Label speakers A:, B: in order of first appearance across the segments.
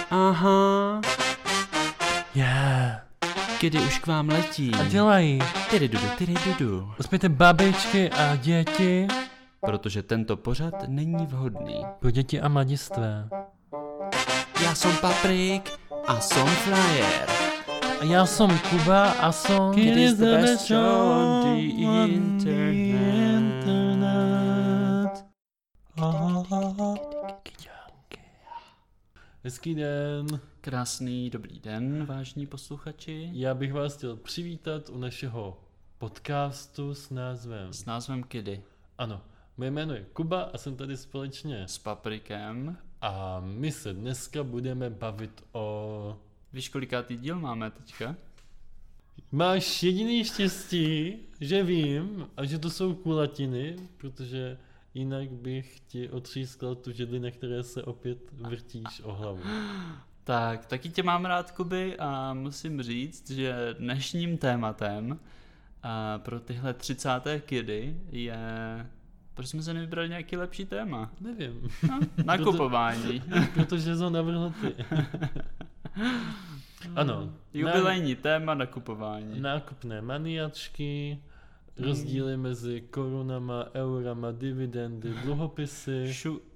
A: Aha.
B: Yeah.
A: Kdy už k vám letí.
B: A dělají.
A: Tyrydudu.
B: Uspějte babičky a děti.
A: Protože tento pořad není vhodný.
B: Pro děti a mladistvé.
A: Já jsem Paprik a jsem Flyer.
B: A já jsem Kuba a jsem...
A: It is the best show on the internet.
B: Hezký den.
A: Krásný dobrý den, vážní posluchači.
B: Já bych vás chtěl přivítat u našeho podcastu s názvem
A: Kdy?
B: Ano, moje jméno je Kuba a jsem tady společně
A: S Paprikem.
B: a my se dneska budeme bavit o...
A: Víš, kolikátý díl máme teďka?
B: Máš jediný štěstí, že vím a že to jsou kulatiny, protože jinak bych ti otřískal tu židli, na které se opět vrtíš o hlavu.
A: Tak, taky tě mám rád, Kuby, a musím říct, že dnešním tématem pro tyhle 30. kidy je... Proč jsme se nevybrali nějaký lepší téma?
B: Nevím.
A: No, nakupování.
B: Protože jsi ho navrhl ty. Ano.
A: Jubilejní téma nakupování.
B: Nákupné maniačky, rozdíly mezi korunama, eurama, dividendy, dluhopisy.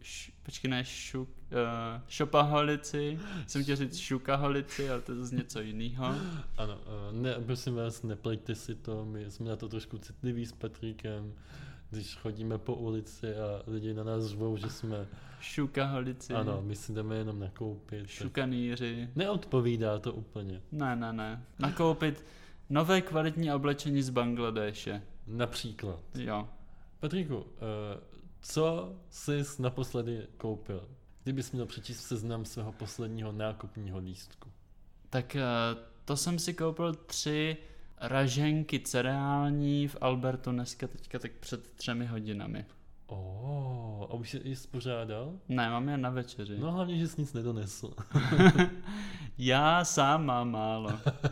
A: Šopaholici. Jsem chtěl říct šukaholici, ale to je zase něco jiného.
B: Ano, prosím vás, neplejte si to, my jsme na to trošku citliví s Patrikem, když chodíme po ulici a lidi na nás řvou, že jsme...
A: Šukaholici.
B: Ano, my si jdeme jenom nakoupit.
A: Šukanýři.
B: Neodpovídá to úplně.
A: Ne. Nakoupit nové kvalitní oblečení z Bangladéše.
B: Například.
A: Jo.
B: Patriku, co jsi naposledy koupil? Kdybys měl přečíst seznam svého posledního nákupního lístku.
A: Tak to jsem si koupil 3 raženky cereální v Albertu dneska teďka tak před 3 hodinami.
B: A už jsi spořádal?
A: Ne, mám je na večeři.
B: No hlavně, že jsi nic nedonesl.
A: Já sám mám málo.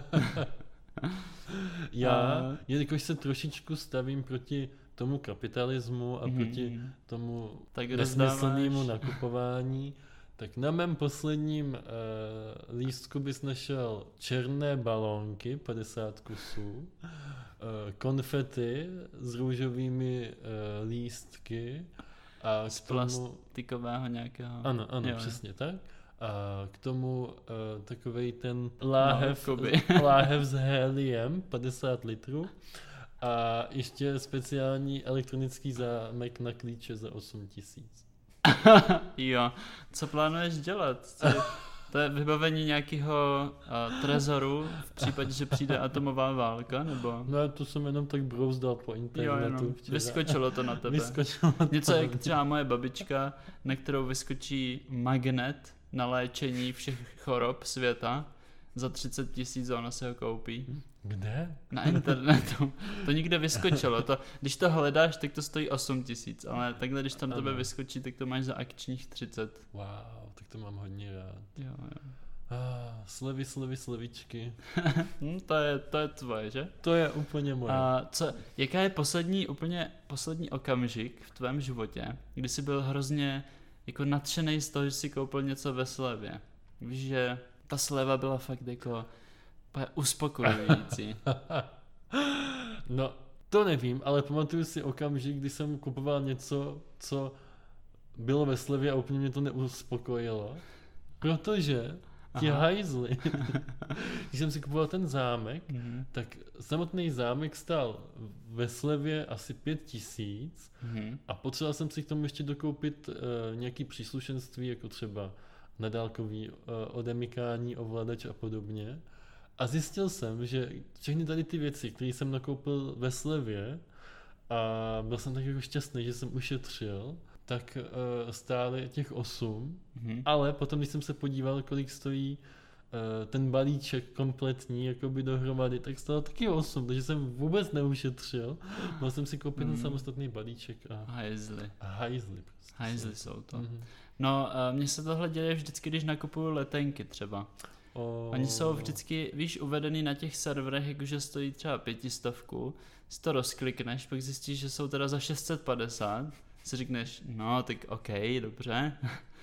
B: Jelikož se trošičku stavím proti tomu kapitalismu a proti tomu nesmyslnému nakupování, tak na mém posledním lístku bys našel černé balónky, 50 kusů, konfety s růžovými lístky a
A: z plastikového nějakého.
B: Ano, jo, přesně tak. A k tomu takovej ten láhev s heliem, 50 litrů. A ještě speciální elektronický zámek na klíče za 8 000.
A: Jo, co plánuješ dělat? To je vybavení nějakého trezoru v případě, že přijde atomová válka, nebo?
B: No to jsem jenom tak brouzdal po internetu.
A: Jo, vyskočilo to na tebe. Něco jak třeba moje babička, na kterou vyskočí magnet na léčení všech chorob světa. Za 30 000 ona se ho koupí.
B: Kde?
A: Na internetu. To nikde vyskočilo. Když to hledáš, tak to stojí 8 000, ale takhle, když tam tebe vyskočí, tak to máš za akčních 30.
B: Wow, tak to mám hodně rád.
A: Jo.
B: Slevičky.
A: To je tvoje, že?
B: To je úplně moje.
A: Jaká je poslední okamžik v tvém životě, kdy jsi byl hrozně jako nadšenej z toho, že jsi koupil něco ve slevě? Víš, že ta sleva byla fakt jako uspokojující.
B: No, to nevím, ale pamatuju si okamžik, kdy jsem kupoval něco, co bylo ve slevě a úplně mě to neuspokojilo. Protože ti hajzli, když jsem si kupoval ten zámek, tak samotný zámek stál ve slevě asi 5 000 a potřeboval jsem si k tomu ještě dokoupit nějaký příslušenství, jako třeba nadálkový odemykání, ovladač a podobně. A zjistil jsem, že všechny tady ty věci, které jsem nakoupil ve slevě a byl jsem tak jako šťastný, že jsem ušetřil, tak stály těch 8, ale potom, když jsem se podíval, kolik stojí ten balíček kompletní, jakoby dohromady, tak stalo taky 8, takže jsem vůbec neušetřil. Mohl jsem si koupit ten samostatný balíček a hajzli.
A: Hajzli jsou to. No, mně se tohle děje vždycky, když nakupuju letenky třeba. Oni jsou vždycky, víš, uvedený na těch serverech, jakože stojí třeba 500, si to rozklikneš, pak zjistíš, že jsou teda za 650, si řekneš, no tak OK, dobře,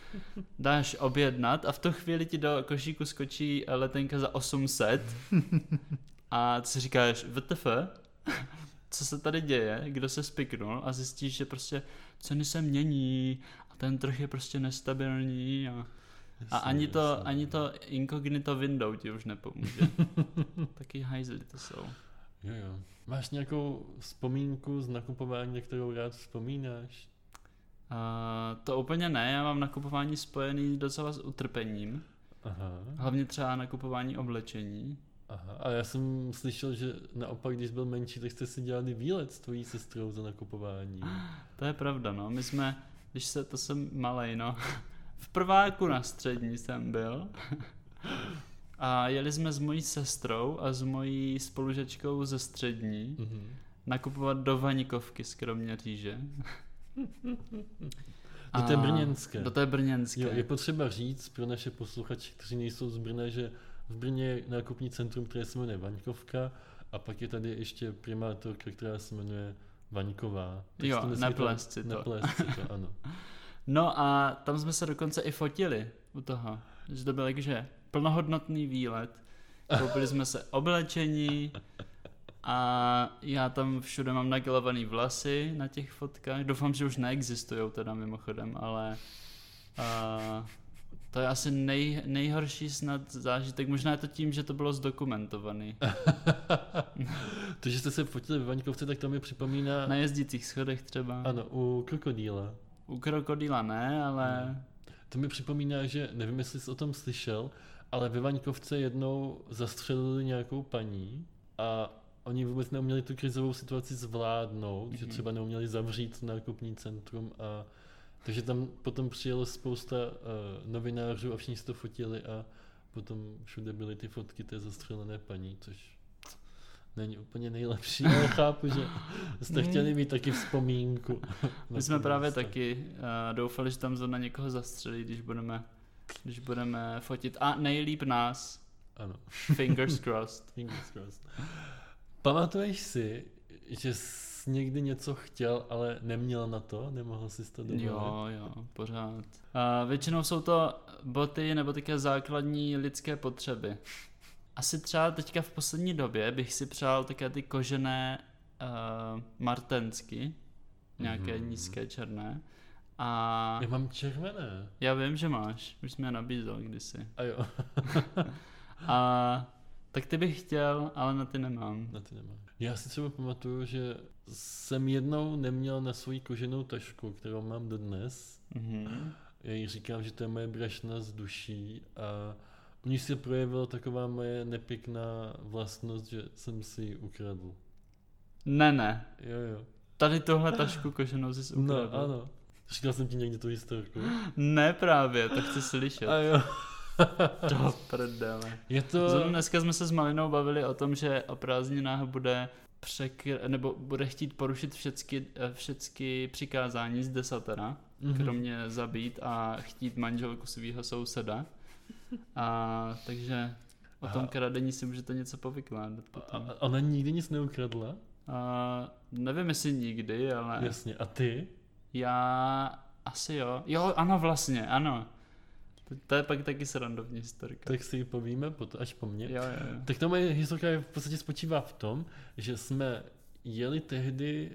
A: dáš objednat a v tu chvíli ti do košíku skočí letenka za 800 a ty si říkáš, WTF? Co se tady děje, kdo se spiknul a zjistíš, že prostě ceny se mění a ten trh je prostě nestabilní a ani to incognito window ti už nepomůže. Taky hajzly to jsou.
B: Jo. Máš nějakou vzpomínku z nakupování, na kterou rád vzpomínáš?
A: To úplně ne, já mám nakupování spojený docela s utrpením.
B: Aha.
A: Hlavně třeba nakupování oblečení.
B: Aha, a já jsem slyšel, že naopak, když byl menší, tak jste si dělali výlet s tvojí sestrou za nakupování.
A: To je pravda, no. My jsme, to jsem malej, no. V prváku na střední jsem byl. A jeli jsme s mojí sestrou a s mojí spolužečkou ze střední nakupovat do Vaňkovky z Kroměříže.
B: Do té brněnské.
A: Do té brněnské.
B: Jo, je potřeba říct pro naše posluchače, kteří nejsou z Brna, že v Brně je nákupní centrum, které se jmenuje Vaňkovka a pak je tady ještě primátorka, která se jmenuje Vaňková.
A: Jo, neplést si to.
B: Neplést si to, ano.
A: No a tam jsme se dokonce i fotili u toho. Že to byl jakože plnohodnotný výlet. Koupili jsme se oblečení a já tam všude mám nagelovaný vlasy na těch fotkách. Doufám, že už neexistujou teda mimochodem, ale to je asi nejhorší snad zážitek. Možná je to tím, že to bylo zdokumentovaný.
B: To, že jste se fotili ve Vaňkovce, tak to mi připomíná...
A: Na jezdících schodech třeba.
B: Ano, u krokodýla.
A: U krokodýla ne, ale...
B: To mi připomíná, že nevím, jestli jsi o tom slyšel, ale ve Vaňkovce jednou zastřelili nějakou paní a oni vůbec neuměli tu krizovou situaci zvládnout, že třeba neuměli zavřít nákupní centrum a takže tam potom přijelo spousta novinářů a všichni si to fotili a potom všude byly ty fotky té zastřelené paní, což není úplně nejlepší, ale chápu, že jste chtěli mít taky vzpomínku.
A: My jsme právě taky doufali, že tam zrovna někoho zastřelí, když budeme fotit. A nejlíp nás.
B: Ano.
A: Fingers crossed.
B: Fingers crossed. Pamatuješ si, že jsi někdy něco chtěl, ale neměl na to? Nemohl jsi to dovolit?
A: Jo, pořád. Většinou jsou to boty nebo také základní lidské potřeby. Asi třeba teďka v poslední době bych si přál také ty kožené martensky, nějaké nízké černé. A
B: já mám červené.
A: Já vím, že máš, už jsi mě nabízel kdysi.
B: A jo.
A: A tak ty bych chtěl, ale na ty nemám.
B: Já si třeba pamatuju, že jsem jednou neměl na svou koženou tašku, kterou mám dodnes. Já jí říkám, že to je moje brašna z duší a u ní se projevila taková moje nepěkná vlastnost, že jsem si ji ukradl.
A: Ne.
B: Jo.
A: Tady tohle tašku koženou jsi ukradl.
B: No, ano. Říkal jsem ti někdy tu historku?
A: Ne právě, to chci slyšet.
B: A jo.
A: Do prdele. Zrovna dneska jsme se s Malinou bavili o tom, že o prázdninách bude bude chtít porušit všechny přikázání z desatera, kromě zabít a chtít manželku svého souseda. Takže o tom kradení si můžete něco povykládat potom.
B: A ona nikdy nic neukradla?
A: Nevím, jestli nikdy, ale...
B: Jasně, a ty?
A: Já asi jo. Jo, ano, vlastně, ano. To je pak taky srandovní historka.
B: Tak si ji povíme až po mně.
A: Jo.
B: Tak ta moje historka v podstatě spočívá v tom, že jsme jeli tehdy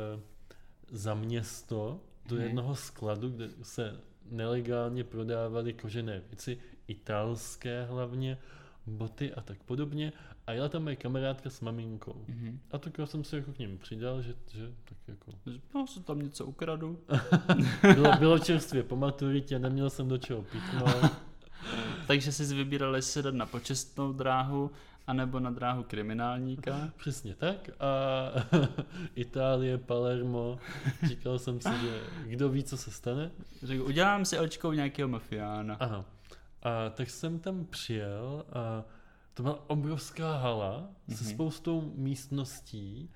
B: za město do jednoho skladu, kde se nelegálně prodávaly kožené věci, italské hlavně, boty a tak podobně. A jela tam moje kamarádka s maminkou. A tak jsem se jako k ním přidal, že tak jako...
A: No, se tam něco ukradu.
B: bylo čerstvě po maturitě, neměl jsem do čeho píchnout.
A: Takže jsi vybíral, jestli se dát na počestnou dráhu, anebo na dráhu kriminálníka.
B: Přesně tak. A Itálie, Palermo. Říkal jsem si, že kdo ví, co se stane.
A: Řekl, udělám si očkou nějakého mafiána.
B: Ano. A tak jsem tam přijel a to byla obrovská hala se spoustou místností,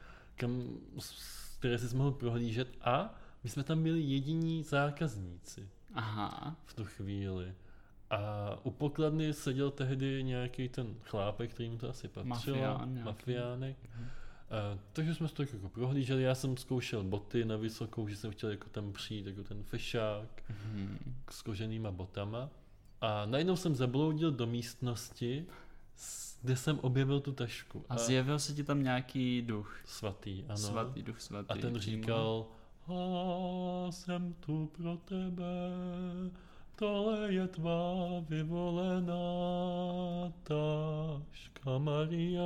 B: které jsi mohl prohlížet a my jsme tam byli jediní zákazníci.
A: Aha.
B: V tu chvíli. A u pokladny seděl tehdy nějaký ten chlápek, který mu to asi patřilo.
A: Mafiánek.
B: Takže jsme to tak jako prohlíželi, já jsem zkoušel boty na vysokou, že jsem chtěl jako tam přijít jako ten fešák s koženýma botama. A najednou jsem zabloudil do místnosti, kde jsem objevil tu tašku.
A: A zjevil se ti tam nějaký duch.
B: Svatý, ano.
A: Svatý duch svatý.
B: A ten říkal, jsem tu pro tebe, tohle je tvá vyvolená taška Maria.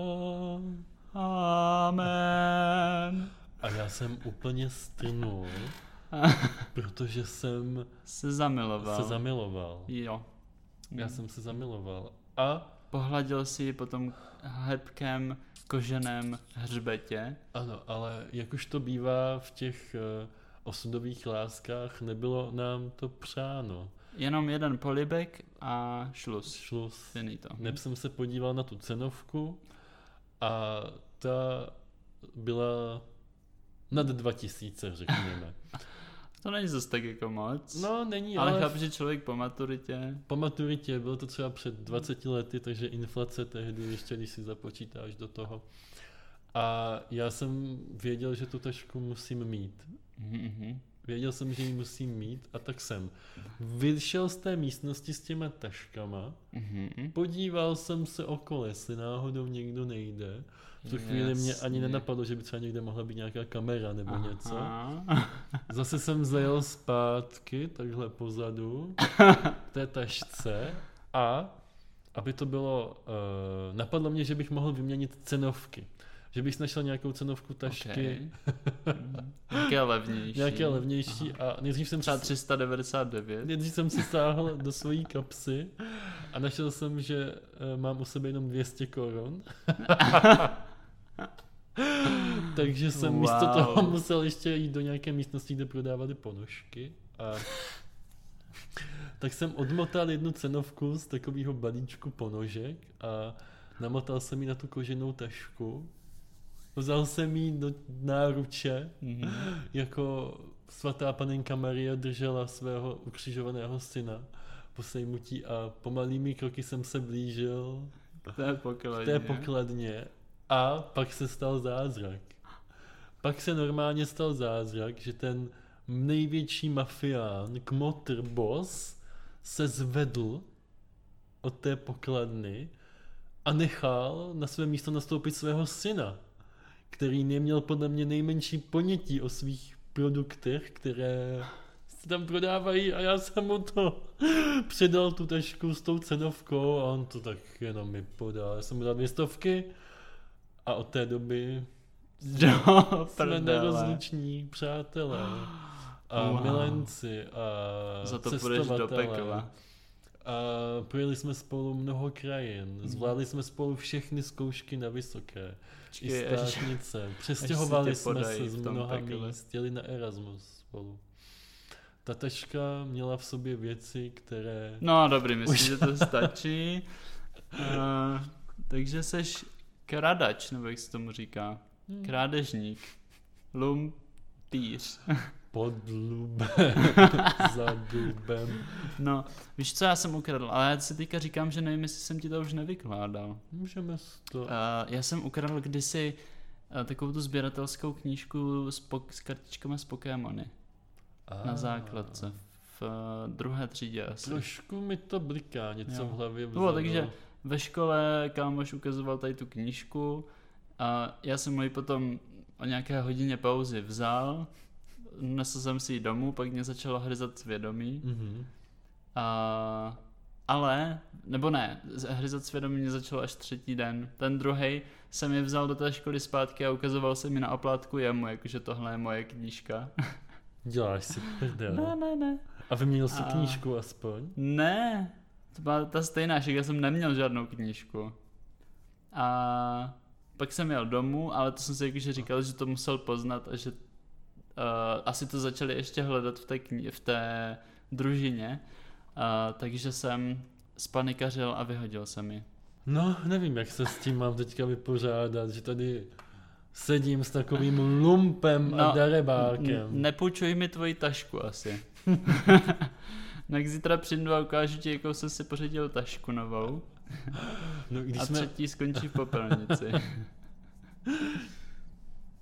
A: Amen.
B: A já jsem úplně strnul, protože jsem
A: se zamiloval. Jo.
B: Já jsem se zamiloval. A
A: pohladil si ji po tom hebkém koženém hřbetě.
B: Ano, ale jak už to bývá v těch osudových láskách, nebylo nám to přáno.
A: Jenom jeden polibek a šluz. Finito.
B: Neb jsem se podíval na tu cenovku a ta byla nad 2000, řekněme.
A: To není zase tak jako moc.
B: No, není,
A: ale chápu, že člověk po maturitě.
B: Po maturitě, bylo to třeba před 20 lety, takže inflace tehdy ještě, když si započítáš do toho. A já jsem věděl, že tu tašku musím mít. Věděl jsem, že ji musím mít a tak jsem vyšel z té místnosti s těma taškama, podíval jsem se okolo, jestli náhodou někdo nejde. V tu chvíli mě ani nenapadlo, že by třeba někde mohla být nějaká kamera nebo něco. Zase jsem zajel zpátky, takhle pozadu, k té tašce a aby to bylo, napadlo mě, že bych mohl vyměnit cenovky. Že bych našel nějakou cenovku tašky. Nějaké levnější. A nejdřív jsem
A: třeba 399.
B: Nejdřív jsem si sáhl do svojí kapsy a našel jsem, že mám u sebe jenom 200 korun. Takže jsem místo toho musel ještě jít do nějaké místnosti, kde prodávali ponožky. A tak jsem odmotal jednu cenovku z takového balíčku ponožek a namotal jsem ji na tu koženou tašku. Vzal jsem jí do náruče, jako svatá panenka Maria držela svého ukřižovaného syna po sejmutí a pomalými kroky jsem se blížil
A: k té
B: pokladně a pak se stal zázrak. Pak se normálně stal zázrak, že ten největší mafián, kmotr boss, se zvedl od té pokladny a nechal na své místo nastoupit svého syna, který neměl podle mě nejmenší ponětí o svých produktech, které se tam prodávají a já jsem mu to předal tu tašku s tou cenovkou a on to tak jenom mi podal. Já jsem mu dal 200 a od té doby jsme nerozluční přátelé a milenci a
A: za to půjdeš do pekla.
B: A projeli jsme spolu mnoho krajin, zvládli jsme spolu všechny zkoušky na vysoké, i státnice, přestěhovali jsme se z mnoha míst, jeli na Erasmus spolu. Ta taška měla v sobě věci, které...
A: No dobrý, myslím, že to stačí. Takže seš kradač, nebo jak se tomu říká. Krádežník. Lumpíř.
B: Pod dubem, za dubem.
A: No, víš co, já jsem ukradl, ale já si teďka říkám, že nevím, jestli jsem ti to už nevykládal.
B: Můžeme to...
A: Já jsem ukradl kdysi takovou tu sběratelskou knížku s kartičkami z Pokémony. Na základce. V druhé třídě asi.
B: Trošku mi to bliká, něco v hlavě vzadu.
A: No, takže ve škole kámoš ukazoval tady tu knížku a já jsem ji potom o nějaké hodině pauzy vzal, nesl jsem si ji domů, pak mě začalo hryzat svědomí. Hryzat svědomí mě začalo až třetí den. Ten druhej jsem je vzal do té školy zpátky a ukazoval jsem mi na oplátku jemu, jakože tohle je moje knížka.
B: Děláš si prdel.
A: Ne.
B: A vyměnil jsi knížku aspoň?
A: Ne, to byla ta stejná, že já jsem neměl žádnou knížku. A pak jsem jel domů, ale to jsem si jakože říkal, že to musel poznat a že asi to začali ještě hledat v té družině, takže jsem spanikařil a vyhodil jsem ji.
B: No, nevím, jak se s tím mám teďka vypořádat, že tady sedím s takovým lumpem a darebákem.
A: Nepůjčuj mi tvoji tašku asi. Tak zítra přijdu a ukážu ti, jakou jsem si pořídil tašku novou.
B: No,
A: a třetí skončí v popelnici.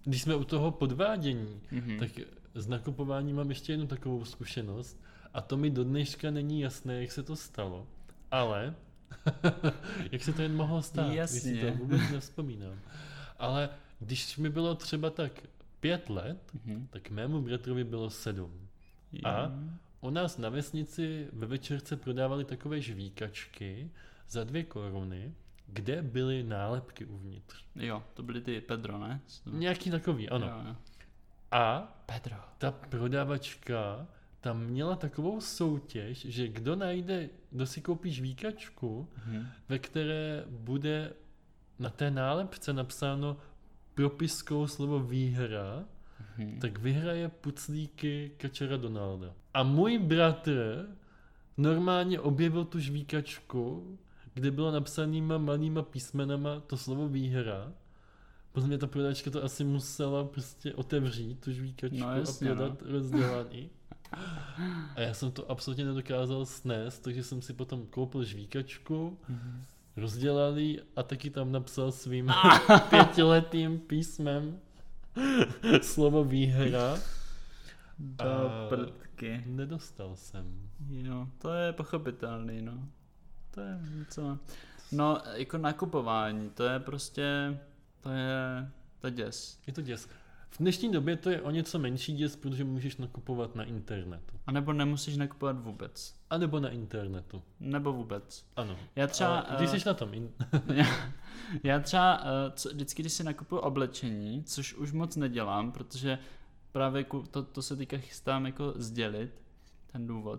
B: když jsme u toho podvádění, tak s nakupováním mám ještě jednu takovou zkušenost a to mi do dneška není jasné, jak se to stalo, ale jak se to jen mohlo stát, když si to vůbec nevzpomínám. Ale když mi bylo třeba tak 5 let, tak mému bratrovi bylo 7. A u nás na vesnici ve večerce prodávali takové žvíkačky za 2 koruny, kde byly nálepky uvnitř.
A: Jo, to byly ty Pedro, ne?
B: Nějaký takový, ano.
A: Jo.
B: A
A: Pedro.
B: Ta prodavačka tam měla takovou soutěž, že kdo si koupí žvíkačku, ve které bude na té nálepce napsáno propiskou slovo výhra, tak vyhraje puclíky Kačera Donalda. A můj bratr normálně objevil tu žvíkačku, kde bylo napsanýma malýma písmenama to slovo výhra. Podle mě ta prodavačka to asi musela prostě otevřít, tu žvíkačku,
A: jasně,
B: a prodat rozdělaný. A já jsem to absolutně nedokázal snést, takže jsem si potom koupil žvíkačku, rozdělal ji a taky tam napsal svým 5letým písmem slovo výhra.
A: Do prdky.
B: Nedostal jsem.
A: Jo, to je pochopitelný, no. To je něco. No, jako nakupování, to je prostě, to je děs.
B: Je to děs. V dnešní době to je o něco menší děs, protože můžeš nakupovat na internetu.
A: A nebo nemusíš nakupovat vůbec.
B: A nebo na internetu.
A: Nebo vůbec.
B: Ano.
A: Já třeba...
B: Když jsi na tom...
A: já třeba vždycky, když si nakupuju oblečení, což už moc nedělám, protože právě to se teďka chystám jako sdělit, ten důvod.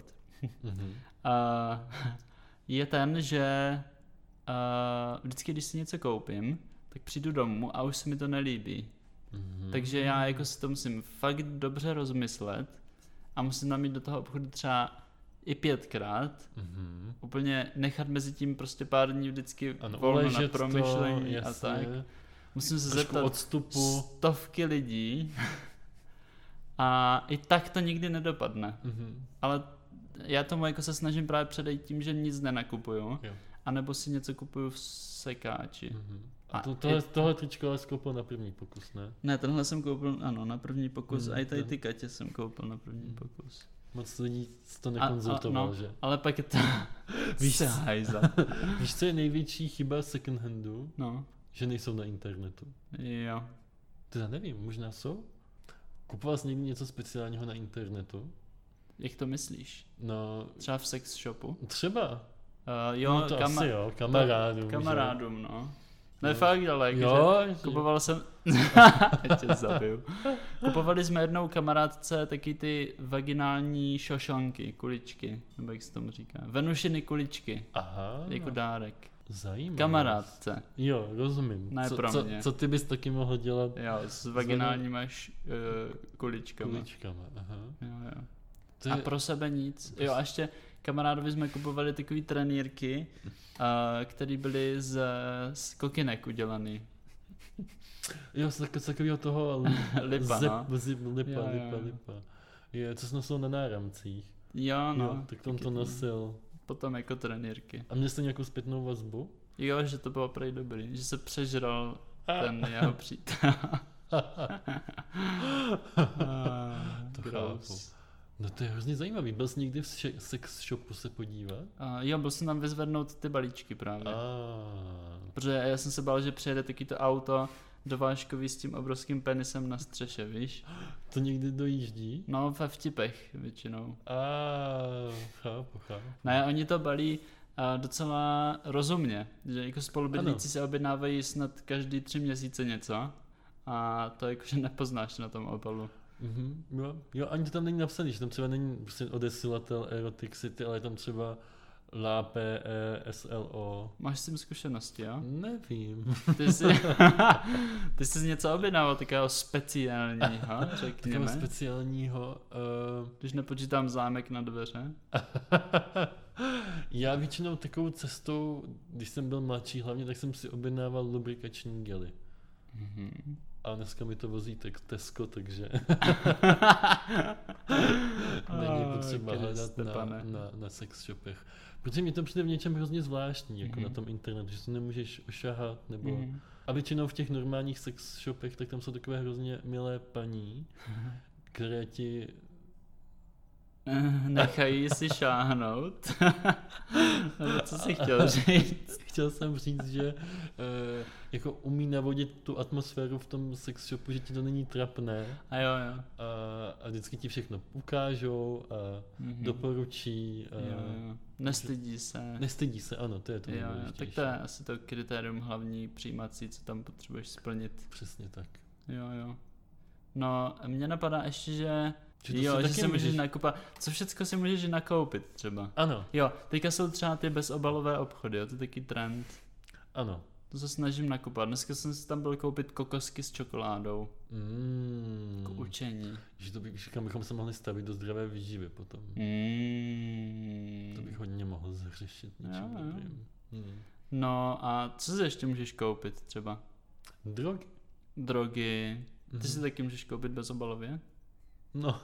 A: Je ten, že vždycky, když si něco koupím, tak přijdu domů a už se mi to nelíbí. Takže já jako si to musím fakt dobře rozmyslet a musím tam jít do toho obchodu třeba i 5krát, úplně nechat mezi tím prostě pár dní vždycky volno na promyšlení a tak. Musím se zeptat odstupu. 100 lidí a i tak to nikdy nedopadne. Ale já tomu jako se snažím právě předejít tím, že nic nenakupuju, anebo si něco kupuju v sekáči.
B: A tohle tričko ale koupil na první pokus, ne? Ne,
A: tenhle jsem koupil, ano, na první pokus, a i tady ty Katě jsem koupil na první pokus.
B: Moc lidí to nekonzultoval, že?
A: Ale pak je to...
B: Víš, co je největší chyba second handu?
A: No.
B: Že nejsou na internetu.
A: Jo.
B: Teda nevím, možná jsou? Kupoval jsi někdy něco speciálního na internetu?
A: Jak to myslíš?
B: No...
A: Třeba v sex shopu?
B: Třeba.
A: Jo,
B: no to asi jo, kamarádům.
A: Kamarádům, no. Ne, fakt, ale kupoval jsem... Já tě zabiju. Kupovali jsme jednou kamarádce taky ty vaginální šošonky, kuličky, nebo jak se tomu říká. Venušiny kuličky.
B: Aha.
A: Jako dárek.
B: Zajímavé.
A: Kamarádce.
B: Jo, rozumím.
A: Ne pro mě.
B: Co ty bys taky mohl dělat?
A: Jo, s vaginálníma kuličkama.
B: Kuličkama, aha.
A: Jo. A pro sebe nic. Jo, a ještě kamarádovi jsme kupovali takový trenýrky, které byly z kokynek udělaný.
B: Jo, z takového toho
A: lipa.
B: Lipa. Je, co jsi nosil na náramcích.
A: Jo, no.
B: Jo, tak tom to nosil.
A: Potom jako trenýrky.
B: A měl jsi nějakou zpětnou vazbu?
A: Jo, že to bylo prej dobrý. Že se přežral ten jeho přítel.
B: To chápu. No to je hrozně zajímavý. Byl jsi někdy v sex shopu se podívat?
A: Jo, byl jsem tam vyzvednout ty balíčky právě. Protože já jsem se bál, že přijede taky to auto dovážkový s tím obrovským penisem na střeše, víš?
B: To někdy dojíždí?
A: No, ve vtipech většinou.
B: Chápu.
A: Ne, oni to balí docela rozumně, že jako spolubydlící se objednávají snad každý 3 měsíce něco a to jakože nepoznáš na tom obalu.
B: Jo, ani to tam není napsaný, že tam třeba není prostě odesilatel Erotic City, ale je tam třeba LAPE, SLO.
A: Máš s tím zkušenosti, jo?
B: Nevím.
A: Ty jsi něco objednával takového speciálního, řekněme.
B: Takového speciálního.
A: Když nepočítám zámek na dveře.
B: Já většinou takovou cestou, když jsem byl mladší hlavně, tak jsem si objednával lubrikační gely. A dneska mi to vozí Tesco, takže není potřeba hledat na sex shopech. Protože mi to přijde v něčem hrozně zvláštní, jako na tom internetu, že to nemůžeš ošahat, nebo A většinou v těch normálních sex shopech, tak tam jsou takové hrozně milé paní, které ti
A: nechají si šáhnout. Nebo co jsi chtěl říct?
B: Chtěl jsem říct, že jako umí navodit tu atmosféru v tom sex shopu, že ti to není trapné.
A: A jo.
B: A vždycky ti všechno ukážou a doporučí.
A: Jo. Nestydí se.
B: Nestydí se, ano, to je to nejdůležitější.
A: Tak to je asi to kritérium hlavní přijímací, co tam potřebuješ splnit.
B: Přesně tak.
A: Jo. No, mně napadá ještě, že
B: že
A: si můžeš nakupovat. Co všecko si můžeš nakoupit třeba?
B: Ano.
A: Jo, teďka jsou třeba ty bezobalové obchody, jo, to je taky trend.
B: Ano.
A: To se snažím nakupovat. Dneska jsem si tam byl koupit kokosky s čokoládou. K učení.
B: Že to bychom se mohli stavit do zdravé výživy potom. To bych hodně mohl zařešit něčím dobrým.
A: No a co si ještě můžeš koupit třeba? Drogy. Ty si taky můžeš koupit bezobalově?
B: No.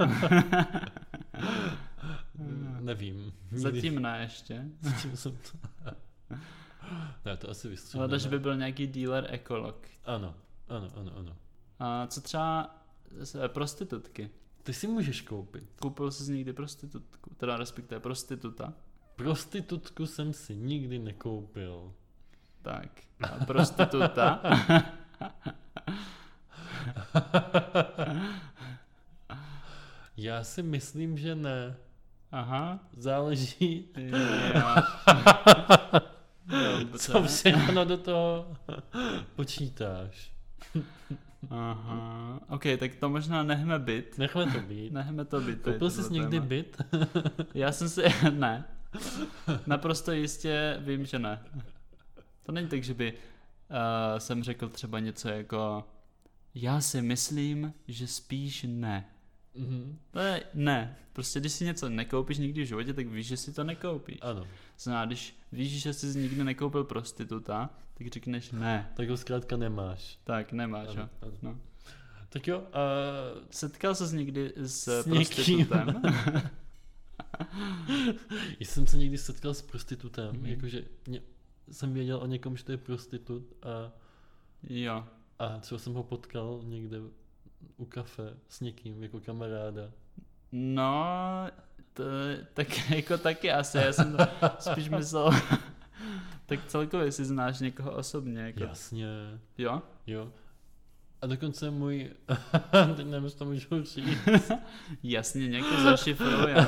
B: Nevím.
A: Zatím ne ještě.
B: Zatím jsem to... Ne, to asi vystřelíme.
A: Ale že by byl nějaký dealer ekolog.
B: Ano.
A: A co třeba prostitutky?
B: Ty si můžeš koupit.
A: Koupil jsi někdy prostitutku? Teda respektive prostituta?
B: Prostitutku jsem si nikdy nekoupil.
A: Tak. A prostituta?
B: Já si myslím, že ne.
A: Aha.
B: Záleží.
A: Dobře.
B: Co všechno do toho počítáš.
A: Aha. Ok, tak to možná nechme být.
B: Nechme to být.
A: Koupil
B: jsi někdy byt?
A: Já jsem si... Ne. Naprosto jistě vím, že ne. To není tak, že by jsem řekl třeba něco jako já si myslím, že spíš ne. To je ne. Prostě když si něco nekoupíš nikdy v životě, tak víš, že si to nekoupíš.
B: Ano.
A: Znamená, když víš, že jsi nikdy nekoupil prostituta, tak řekneš ne.
B: Tak ho zkrátka nemáš.
A: Tak nemáš, ano. No.
B: Tak jo.
A: Setkal ses někdy s prostitutem?
B: Jsem se někdy setkal s prostitutem, jakože jsem věděl o někom, že to je prostitut a třeba jsem ho potkal někde u kafe s někým jako kamaráda.
A: No, tak jako taky asi, já jsem to spíš myslel, tak celkově si znáš někoho osobně. Jako.
B: Jasně.
A: Jo?
B: A dokonce můj, teď nevím, jestli to můžu říct.
A: Jasně, někdo zašifruje.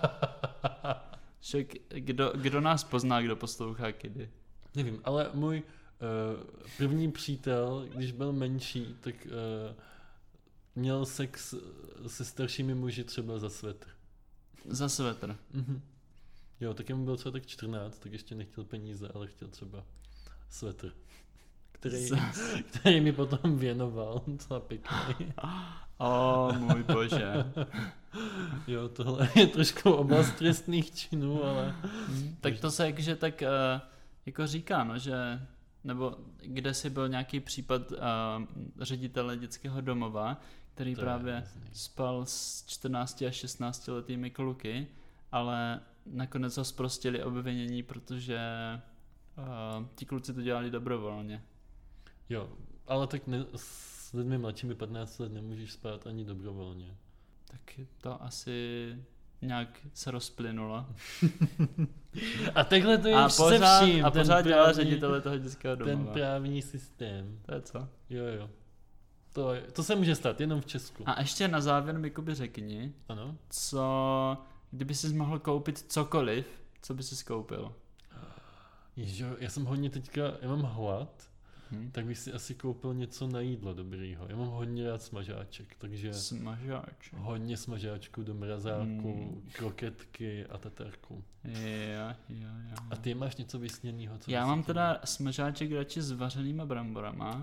A: Však kdo nás pozná, kdo poslouchá Kidy?
B: Nevím, ale můj první přítel, když byl menší, tak měl sex se staršími muži třeba za svetr.
A: Za svetr?
B: Jo, tak jemu byl třeba tak 14, tak ještě nechtěl peníze, ale chtěl třeba svetr. Který mi potom věnoval, docela pěkný.
A: Můj bože.
B: Jo, tohle je trošku oblast trestných činů, ale...
A: Tak to se jakože tak jako říká, no, že... Nebo kde si byl nějaký případ ředitele dětského domova, který právě spal s 14 až 16 letými kluky, ale nakonec ho zprostili obvinění, protože ti kluci to dělali dobrovolně.
B: Jo, ale tak s lidmi mladšími 15 let nemůžeš spát ani dobrovolně.
A: Tak to asi nějak se rozplynulo.
B: A takhle to je se vším.
A: A pořád dělá ředitele toho dětského domova.
B: Ten právní systém.
A: To je co?
B: Jo. To se může stát, jenom v Česku.
A: A ještě na závěr mi řekni,
B: ano?
A: Kdyby jsi mohl koupit cokoliv, co by jsi koupil?
B: Ježo, já jsem hodně teďka, já mám hlad, tak bych si asi koupil něco na jídlo dobrýho. Já mám hodně rád smažáček, takže...
A: Smažáček?
B: Hodně smažáčků do mrazáku, kroketky a tatarku.
A: Jo.
B: A ty máš něco vysněnýho?
A: Já mám teda smažáček radši s vařenýma bramborama.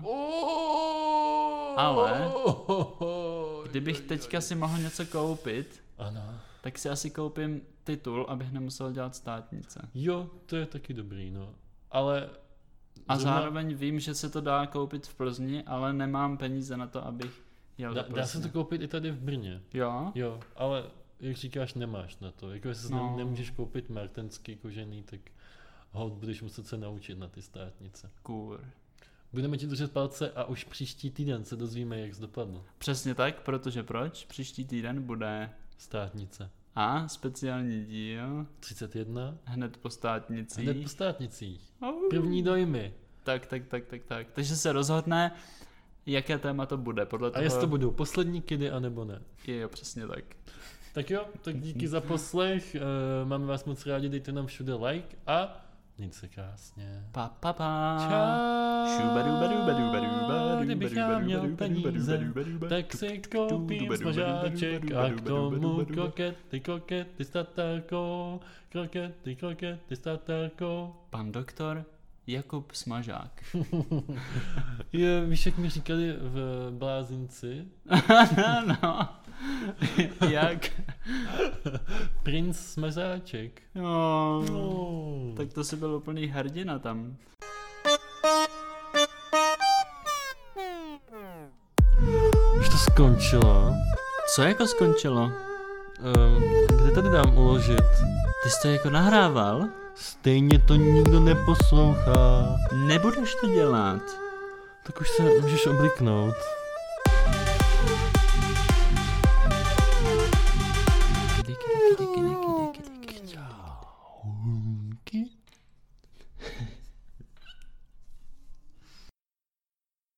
A: Ale kdybych teďka si mohl něco koupit, tak si asi koupím titul, abych nemusel dělat státnice.
B: Jo, to je taky dobrý, no. Ale...
A: A zároveň vím, že se to dá koupit v Plzni, ale nemám peníze na to, abych jel do Plzně.
B: Dá se to koupit i tady v Brně.
A: Jo?
B: Jo, ale jak říkáš, nemáš na to. Jako jestli nemůžeš koupit martenský kožený, tak hold budeš muset se naučit na ty státnice.
A: Kur.
B: Budeme ti držet palce a už příští týden se dozvíme, jak dopadlo.
A: Přesně tak, protože proč? Příští týden bude...
B: Státnice.
A: A speciální díl.
B: 31.
A: Hned po státnicích.
B: Hned po státnicích. První dojmy.
A: Tak. Takže se rozhodne, jaké téma to bude. Podle toho...
B: A jestli to budou poslední kidy, anebo ne.
A: Jo, přesně tak.
B: Tak jo, tak díky za poslech. Máme vás moc rádi, dejte nám všude like a mějte se krásně.
A: Pa.
B: Kdybych já měl peníze, tak si koupím smažáček a k tomu krokety s tatarkou. Krokety s tatarkou.
A: Pan doktor Jakub Smažák.
B: Je, víš, jak mi říkali v Blázinci?
A: No. Jak?
B: Princ Smažáček.
A: No. Tak to si byl úplný hrdina tam.
B: Už to skončilo.
A: Co jako skončilo?
B: Kde tady dám uložit?
A: Ty jsi to jako nahrával?
B: Stejně to nikdo neposlouchá.
A: Nebudeš to dělat.
B: Tak už se můžeš obliknout.